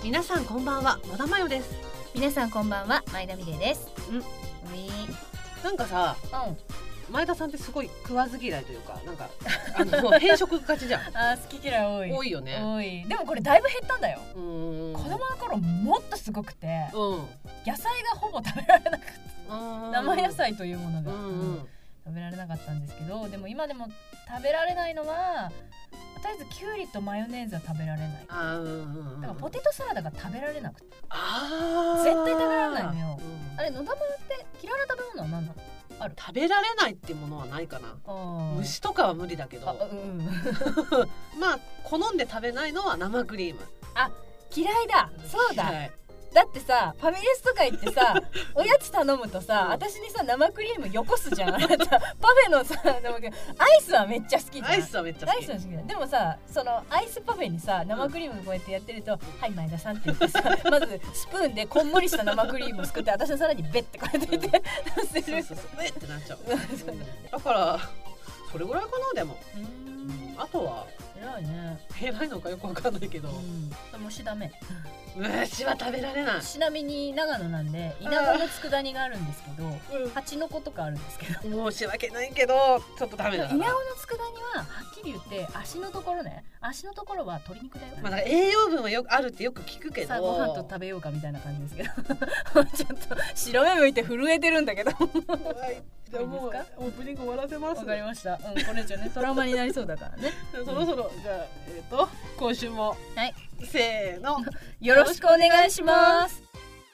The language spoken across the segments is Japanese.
皆さんこんばんは、野田真代です。 皆さんこんばんは、前田美玲です。 なんかさ、前田さんってすごい食わず嫌いというか、なんか偏食がちじゃん。 好き嫌い多い。 多いよね。 多い。でもこれだいぶ減ったんだよ。子供の頃もっとすごくて、野菜がほぼ食べられなくて、生野菜というものが、食べられなかったんですけど、でも今でも食べられないのはとりあえずキュウリとマヨネーズは食べられない。だからポテトサラダが食べられなくて、絶対食べられないのよ。あれ、野田丸って嫌いな食べ物は何なの？ある？ 食べられないってものはないかな。虫とかは無理だけど、まあ好んで食べないのは生クリーム。 嫌いだ。そうだ。だってさ、ファミレスとか行ってさおやつ頼むとさ、私にさ生クリームよこすじゃん。あなたパフェのさ、アイスはめっちゃ好きじゃん。アイスはめっちゃ好き。でもさ、そのアイスパフェにさ生クリームこうやってやってると、はい前田さんって言ってさ、まずスプーンでこんもりした生クリームをすくって、私のさらにベッてこうやって言って乗せる。そうベッってなっちゃう。 だからそれぐらいかな。でもあとは偉いね。 偉いのかよくわかんないけど、 虫ダメ。 虫は食べられない。 ちなみに長野なんで稲子の佃煮があるんですけど、蜂の子とかあるんですけど、 申し訳ないけどちょっとダメだな。 稲子の佃煮ははっきり言って足のところね、足のところは鶏肉だよ。 まあ栄養分はあるってよく聞くけど、 さあご飯と食べようかみたいな感じですけどちょっと白目向いて震えてるんだけどじゃあもうオープニング終わらせます。 わかりました。これ以上ねトラウマになりそうだからね。 そろそろじゃあ今週もせーのよろしくお願いします。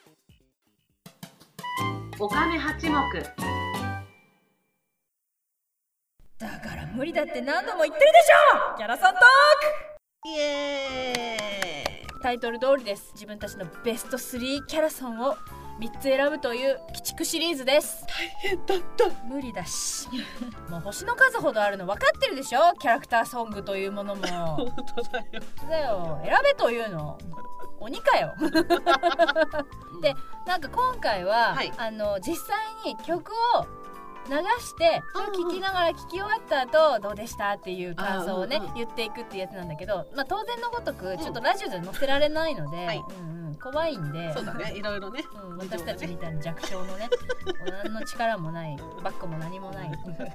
お金八目。 だから無理だって何度も言ってるでしょ、キャラソントーク。 イエーイ。 タイトル通りです。自分たちのベスト3キャラソンを3つ選ぶという鬼畜シリーズです。 大変だった。 無理だしもう星の数ほどあるの分かってるでしょ、キャラクターソングというものも。 本当だよ。 選べというの鬼かよで、なんか今回は、実際に曲を流して聴きながら聴き終わった後どうでしたっていう感想をね言っていくっていうやつなんだけど、まあ当然のごとくちょっとラジオで載せられないので、怖いんで、 そうだね、いろいろね、 私たちみたいな弱小のね何の力もないバックも何もない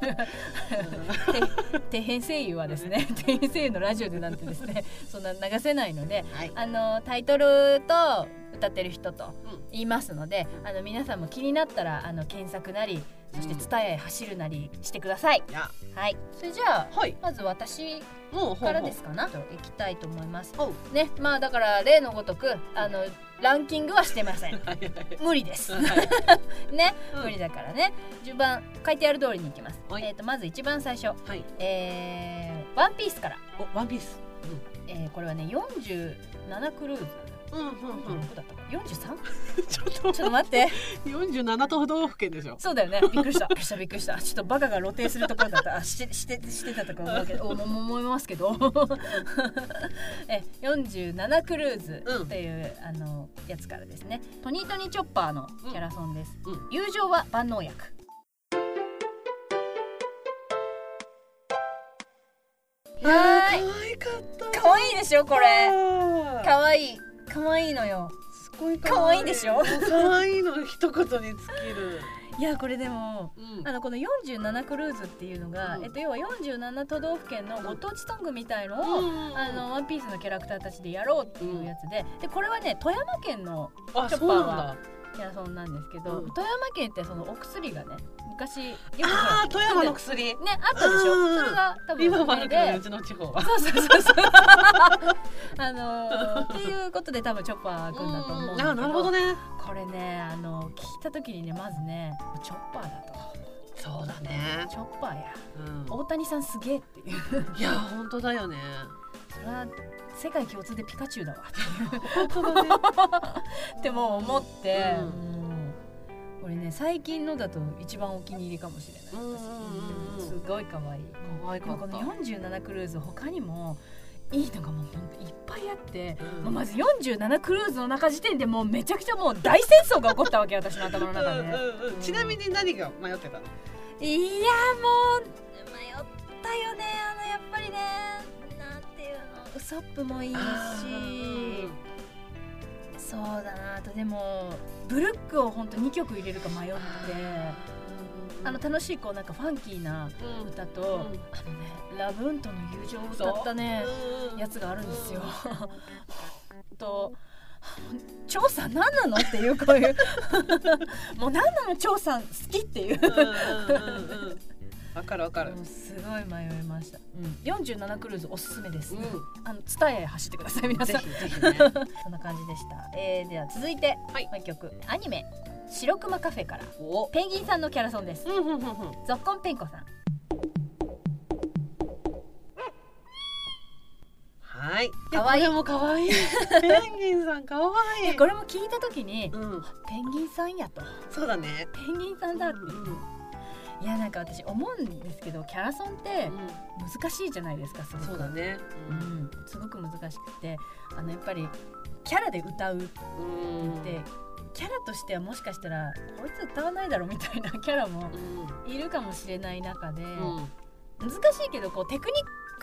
底辺声優はですね、底辺声優のラジオでなんてですねそんな流せないので、タイトルと歌ってる人と言いますので、皆さんも気になったら検索なり、そしてTSUTAYAへ走るなりしてください。はい。それじゃあ、まず私からですかなといきたいと思いますね。まあだから例のごとくランキングはしてません無理ですね、無理だからね。順番書いてある通りにいきます。まず一番最初、ワンピースから。 ワンピース、 これはね47クルーズ43？ ちょっと待って、 47都道府県でしょ。 そうだよね。びっくりしたびっくりした。ちょっとバカが露呈するところだったしてたところだけど思いますけど47クルーズっていう、やつからですね。トニートニーチョッパーのキャラソンです。友情は万能薬。 可愛かった。 可愛いでしょこれ。可愛いのよ。 すごい可愛いでしょ。 可愛いの一言に尽きる。 いやこれでも、この47クルーズっていうのが、要は47都道府県のご当地ソングみたいのを、ワンピースのキャラクターたちでやろうっていうやつで、これはね富山県のチョッパーがキャラソンなんですけど、富山県ってそのお薬がね昔よく富山の薬ねあったでしょ。それが多分今はなくうちの地方はそうっていうことで多分チョッパーくんだと思うんだけど、 なるほどね。 これね聞いた時にね、まずねチョッパーだと。 そうだね、 チョッパーや、大谷さんすげえっていういや本当だよね。 それは世界共通でピカチュウだわっていう本当だねってもう思って、これね最近のだと一番お気に入りかもしれない。すごい可愛い。 可愛かった。 この47クルーズ他にもいいのがもうほんといっぱいあって、もうまず47クルーズの中時点でもうめちゃくちゃもう大戦争が起こったわけ私の頭の中で。 ちなみに何が迷ってたの？ いやもう迷ったよね。やっぱりね、なんていうの、ウソップもいいし、 そうだな。あとでもブルックを本当2曲入れるか迷って、楽しいこうなんかファンキーな歌と、ラブーンとの友情を歌ったねやつがあるんですよ。と張さん何なのっていうこういうもう何なの張さん好きっていうわかるわかる。 すごい迷いました。47クルーズおすすめです。TSUTAYAへ走ってください皆さん。ぜひぜひね。そんな感じでした。では続いてもう一曲、アニメ白熊カフェからペンギンさんのキャラソンです。ゾッコンペンコさん。 はい。可愛いも可愛い。ペンギンさん可愛い。 これも聞いた時に、ペンギンさんやと。 そうだね。 ペンギンさんだって。いやなんか私思うんですけど、キャラソンって難しいじゃないですか。すごく。 そうだね。 すごく難しくて、やっぱりキャラで歌うって言って。キャラとしてはもしかしたらこいつ歌わないだろみたいなキャラもいるかもしれない中で、難しいけどこうテクニ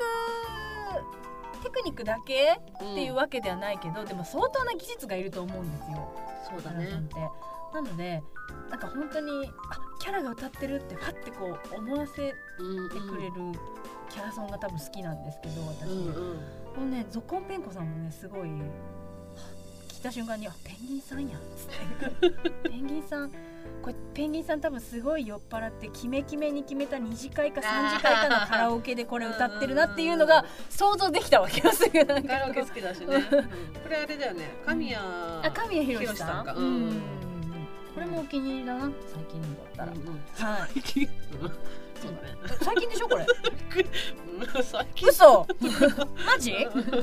ックだけっていうわけではないけど、でも相当な技術がいると思うんですよ。 そうだね。 なのでなんか本当にキャラが歌ってるってファってこう思わせてくれるキャラソンが多分好きなんですけど、私、このねゾコンペンコさんもねすごい聞いた瞬間にペンギンさんやんっつってペンギンさんこれペンギンさん多分すごい酔っ払ってキメキメに決めた2次会か3次会かのカラオケでこれ歌ってるなっていうのが想像できたわけよ。すぐなんかカラオケ好きだしね。これあれだよね、神谷博さんか。これもお気に入りだな、最近だったら。はい。 最近そうだね。最近でしょこれ。 最近。 嘘。マジ？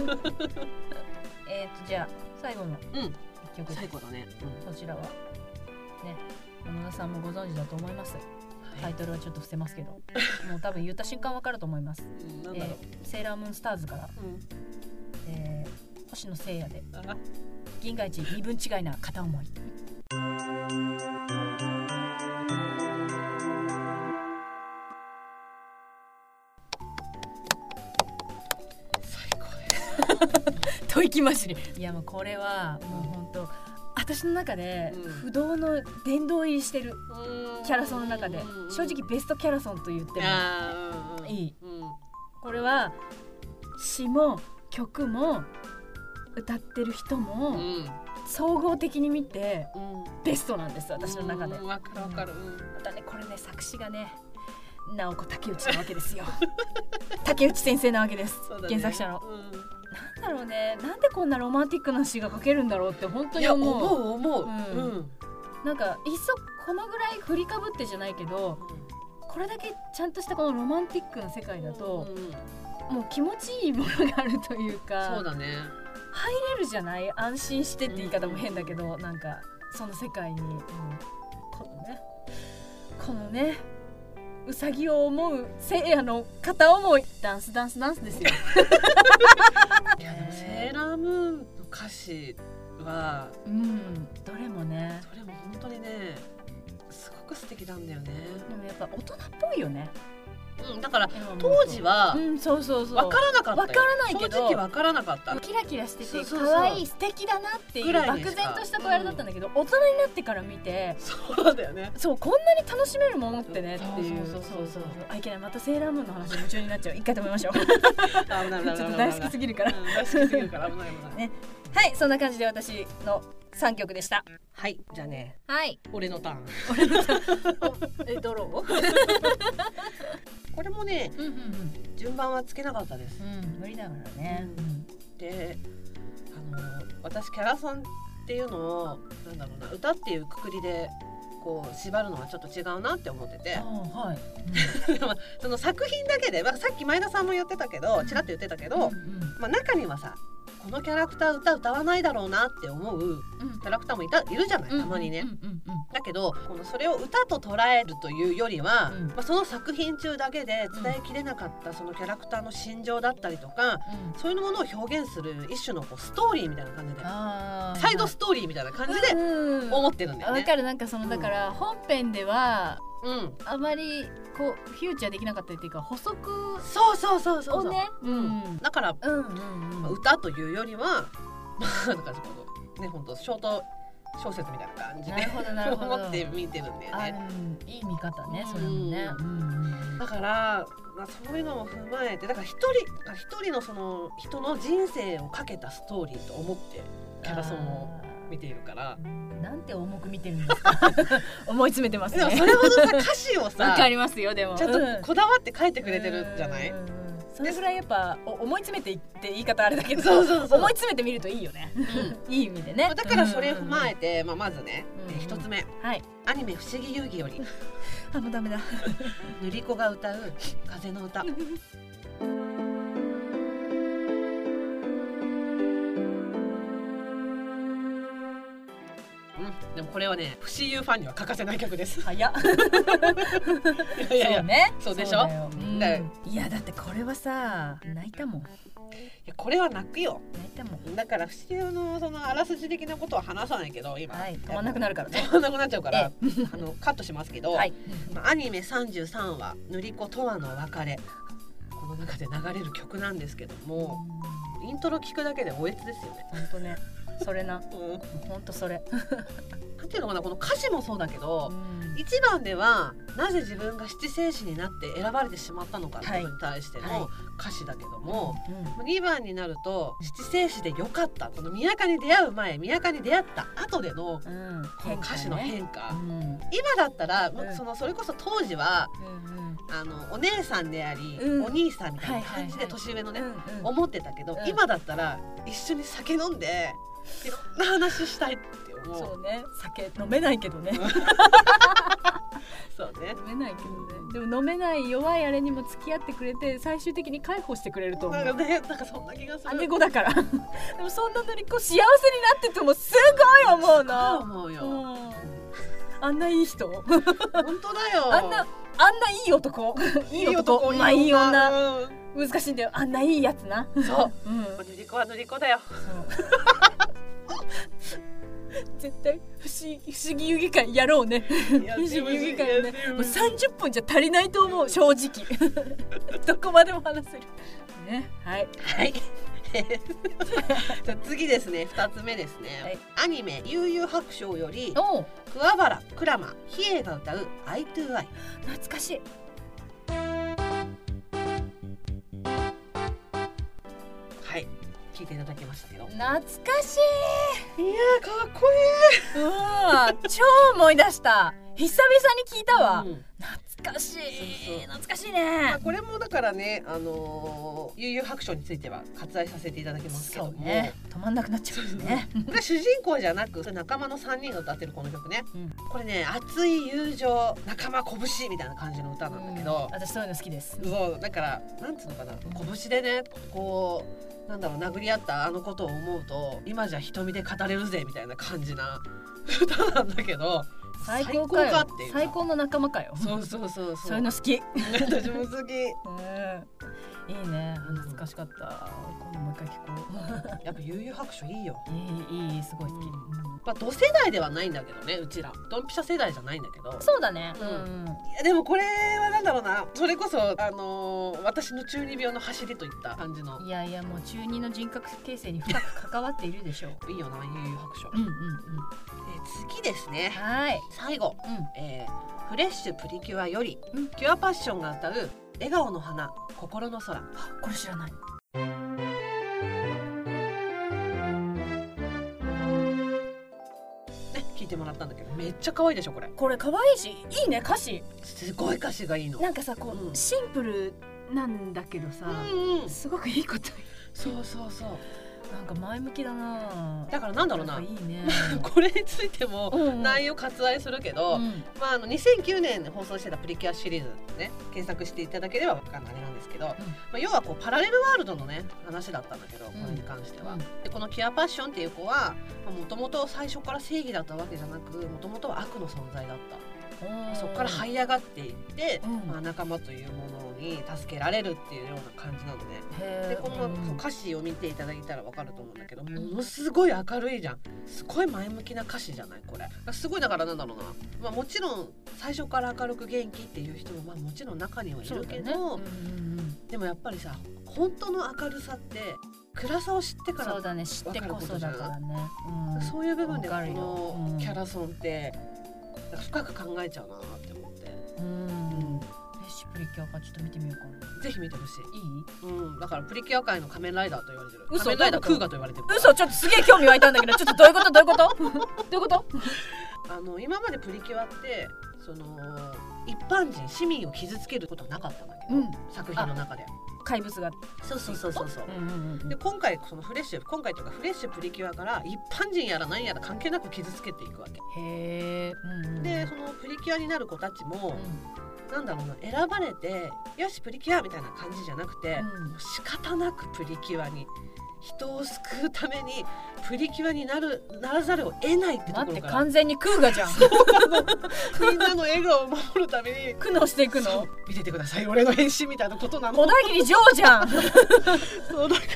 じゃあ最後の一曲。 最後だね。 こちらはね、野田さんもご存知だと思います。タイトルはちょっと伏せますけど、もう多分言った瞬間わかると思います。セーラームーンスターズから、星野聖也で銀河一身分違いな片思い。吐息ましり。いやもうこれはもう本当私の中で不動の殿堂入りしてるキャラソンの中で正直ベストキャラソンと言ってもいい。これは詩も曲も歌ってる人も総合的に見てベストなんです、私の中で。 わかるわかる。 またねこれね作詞がね直子竹内なわけですよ。竹内先生なわけです、原作者の。なんだろうね、なんでこんなロマンティックな詩が書けるんだろうって本当に思う。なんかいっそこのぐらい振りかぶってじゃないけど、これだけちゃんとしたこのロマンティックな世界だと、もう気持ちいいものがあるというか。 そうだね。 入れるじゃない、安心してって言い方も変だけど、なんかその世界に、このねうさぎを思うせいやの片思い、ダンスですよ。 いやでもセーラームーンの歌詞は、 どれもね本当にねすごく素敵なんだよね。 でもやっぱ大人っぽいよね。 だから当時はそう分からなかったよ。 分からないけど正直分からなかった。 キラキラしてて可愛い素敵だなっていう漠然とした声だったんだけど、大人になってから見てそうだよね。 そうこんなに楽しめるものってねっていう。そういけない、またセーラームーンの話に夢中になっちゃう。一回止めましょう。ちょっと大好きすぎるから。 大好きすぎるから危ないね。はい、そんな感じで私の3曲でした。 はい、じゃあね。 はい。 俺のターン。 ドロー？ これもね、順番はつけなかったです。 無理だからね。 で、私キャラソンっていうのをなんだろうな、歌っていうくくりでこう縛るのはちょっと違うなって思ってて、その作品だけで、さっき前田さんも言ってたけど、ちらっと言ってたけど、中にはさ、このキャラクター歌わないだろうなって思うキャラクターもいるじゃない、たまにね。だけどそれを歌と捉えるというよりは、その作品中だけで伝えきれなかったそのキャラクターの心情だったりとか、そういうものを表現する一種のストーリーみたいな感じで、サイドストーリーみたいな感じで思ってるんだよね。 わかる。なんかだから本編ではあまりこうフューチャーできなかったっていうか、補足をね、 だから歌というよりはなんかね本当ショート小説みたいな感じで思って見てるんだよね。 いい見方ね、それもね。 だから、そういうのも踏まえて、だから一人のその人の人生をかけたストーリーと思ってキャラソンを見ているから。 なんて重く見てるんですか思い詰めてますね。 でもそれほどさ歌詞をさわかりますよ、でもちゃんとこだわって書いてくれてるじゃない。 それぐらいやっぱ思い詰めていって言い方あれだけど、 そう思い詰めてみるといいよね、いい意味でね。 だからそれを踏まえて、まずね、一つ目、アニメ不思議遊戯よりもうダメだ塗り子が歌う風の歌でもこれはね、不思議ファンには欠かせない曲です。 早っいやね、そうでしょ。 いやだってこれはさ泣いたもん。 これは泣くよ。 泣いたもん。 だから不思議のそのあらすじ的なことは話さないけど、今止まんなくなるからね。 止まんなくなっちゃうからカットしますけど、アニメ33話塗り子とわの別れ、この中で流れる曲なんですけども、イントロ聞くだけでおえつですよね。 本当ね。それな、本当それ。 なんていうのかな、この歌詞もそうだけど、1番ではなぜ自分が七聖子になって選ばれてしまったのかってことに対しての歌詞だけども、2番になると七聖子でよかった、この宮家に出会う前、宮家に出会った後でのこの歌詞の変化、今だったらそれこそ当時はお姉さんであり、お兄さんみたいな感じで年上のね思ってたけど、今だったら一緒に酒飲んでいろんな話したいって思う。 そうね、酒飲めないけどねそうね、 飲めないけどね。でも飲めない弱いあれにも付き合ってくれて、最終的に解放してくれると思う。 なんかそんな気がする。 姉子だからでもそんなのりこ幸せになっててもすごい思うな。 思うよ、 あんないい人本当だよ。 あんないい男いい男、まあいい女、難しいんだよ、あんないいやつな。 そう、塗り子は塗り子だよ。 絶対不思議遊戯会やろうね。不思議遊戯会ね、もう30分じゃ足りないと思う、正直どこまでも話せるね。はいじゃあ次ですね、2つ目ですね、アニメ悠々白書より桑原クラマ比叡が歌う I2I。 懐かしい。 聞いていただきましたけど、 懐かしい。 いやかっこいい。超思い出した。久々に聞いたわ。懐かしい。懐かしいね。 これもだからね、悠々白書については割愛させていただきますけども、 止まんなくなっちゃうんですね。 これ主人公じゃなく仲間の3人が歌ってるこの曲ね、これね、熱い友情、仲間拳みたいな感じの歌なんだけど、 私そういうの好きです。 そうだから、なんつうのかな、拳でね、こうなんだろう、殴り合ったあのことを思うと、今じゃ瞳で語れるぜみたいな感じな歌なんだけど、 最高かよ。最高の仲間かよ。 そうそういうの好き。 私も好き。 いいね、懐かしかった。今度もう一回聞こう。やっぱ悠々白書いいよ。 いい、すごい好き。 同世代ではないんだけどね、うちらドンピシャ世代じゃないんだけど。 そうだね。 いやでもこれはなんだろうな、それこそ私の中二病の走りといった感じの。 いやいや、もう中二の人格形成に深く関わっているでしょう。 いいよな、悠々白書。次ですね。最後、フレッシュプリキュアよりキュアパッションが歌う笑顔の花心の空。 これ知らない。 聞いてもらったんだけど、めっちゃ可愛いでしょこれ。 これ可愛いし、いいね、歌詞。 すごい歌詞がいいの。 なんかさ、こう、シンプルなんだけどさ、すごくいいこと。 そう。 なんか前向きだな。 だからなんだろうな、 いいねこれについても内容割愛するけど、2009年に放送してたプリキュアシリーズね、検索していただければ分かんないあれなんですけど、要はこうパラレルワールドのね話だったんだけど、これに関しては、でこのキュアパッションっていう子はもともと最初から正義だったわけじゃなく、もともとは悪の存在だった。そこから這い上がっていって、仲間というものに助けられるっていうような感じなのね。でこの歌詞を見ていただいたら分かると思うんだけど、ものすごい明るいじゃん。すごい前向きな歌詞じゃない、これ。すごい、だからなんだろうな、もちろん最初から明るく元気っていう人ももちろん中にはいるけど、でもやっぱりさ、 本当の明るさって暗さを知ってからそうだね、知ってこそだからね、 そういう部分でこのキャラソンって深く考えちゃうなって思って。 フレッシュプリキュアかちょっと見てみようかな。 ぜひ見てほしい。いい？ だからプリキュア界の仮面ライダーと言われてる。 嘘、 仮面ライダークーガと言われてる。 嘘、ちょっとすげえ興味湧いたんだけど、ちょっとどういうことどういうことどういうこと？ 今までプリキュアってその一般人市民を傷つけることはなかったんだけど、作品の中で怪物がそうで今回そのフレッシュというかフレッシュプリキュアから一般人やら何やら関係なく傷つけていくわけ。 へー。 でそのプリキュアになる子たちも、なんだろうな、選ばれてよしプリキュアみたいな感じじゃなくて、仕方なくプリキュアに人を救うためにプリキュアにならざるを得ないってところから。 待って、完全にクーガじゃん。 みんなの笑顔を守るために苦悩していくの。 見ててください俺の変身みたいなことなの。 小田切丈じゃん。そうだから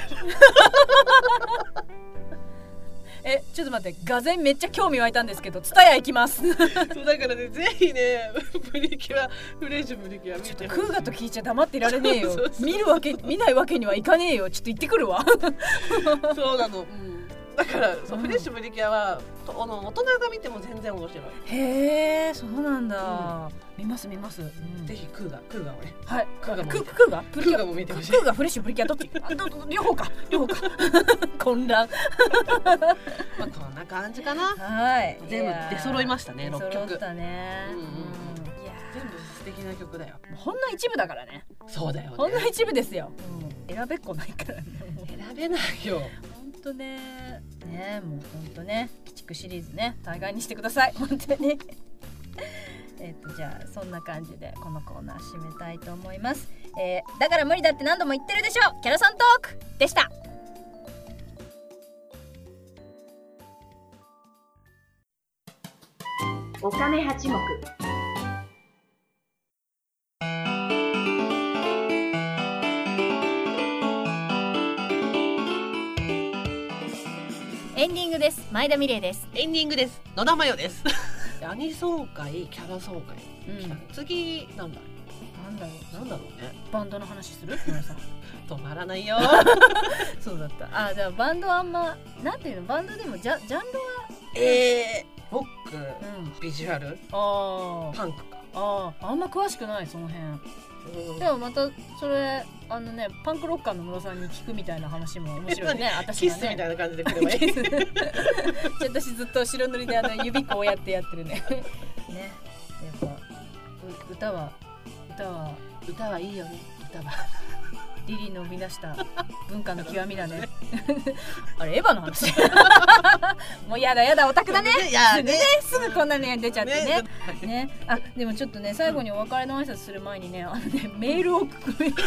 ちょっと待って、がぜんめっちゃ興味湧いたんですけど、ツタヤ行きます。 そうだからね、ぜひねプリキュアフレッシュプリキュア見てほしい。 クーガと聞いちゃ黙っていられねえよ。見ないわけにはいかねえよ。ちょっと行ってくるわ。 そうなの、だからそう、フレッシュプリキュアは大人が見ても全然面白い。 へえ、そうなんだ。見ます、 ぜひクーガをね。 はい、 クーガも見てほしい。 クーガフレッシュプリキュアどっち？両方か。混乱。 こんな感じかな。 はい。 全部出揃いましたね。6曲。 揃ったね。 いや全部素敵な曲だよ。 ほんの一部だからね。 そうだよね。 ほんの一部ですよ。選べっこないからね。 選べないよ。 もう本当ね、鬼畜シリーズね、大概にしてください。本当に。じゃあそんな感じでこのコーナー締めたいと思います。だから無理だって何度も言ってるでしょ。キャラソントークでした。 お金八目。 エンディングです。前田美玲です。 エンディングです。野田真代です。アニソン会、キャラソン会、次なんだろうね。 バンドの話する？皆さん止まらないよ。 そうだった。じゃあバンドあんまなんていうの、バンドでもジャンルはロック、ビジュアル、パンクか。 あんま詳しくないその辺。でもまたそれパンクロッカーの野田さんに聞くみたいな話も面白いね。私がねキスみたいな感じで来ればいい。 私ずっと白塗りで指こうやってやってるね。ね、やっぱ歌はいいよね。歌はリリーの生み出した文化の極みだね。あれエヴァの話。もうやだオタクだね。すぐこんなの出ちゃってね。でもちょっとね、最後にお別れの挨拶する前にね、メールを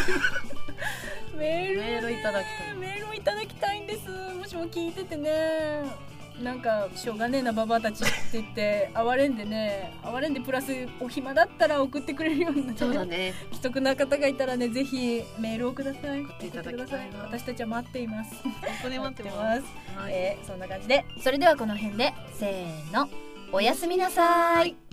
メールいただきたいんです。もしも聞いててね、なんかしょうがねえなババアたちって言って哀れんでプラスお暇だったら送ってくれるようになって、 そうだね、 既得な方がいたらね、ぜひメールをください。 送っていただきたいな。 私たちは待っています。 本当に待ってます。 そんな感じで、それではこの辺でせーの、おやすみなさい。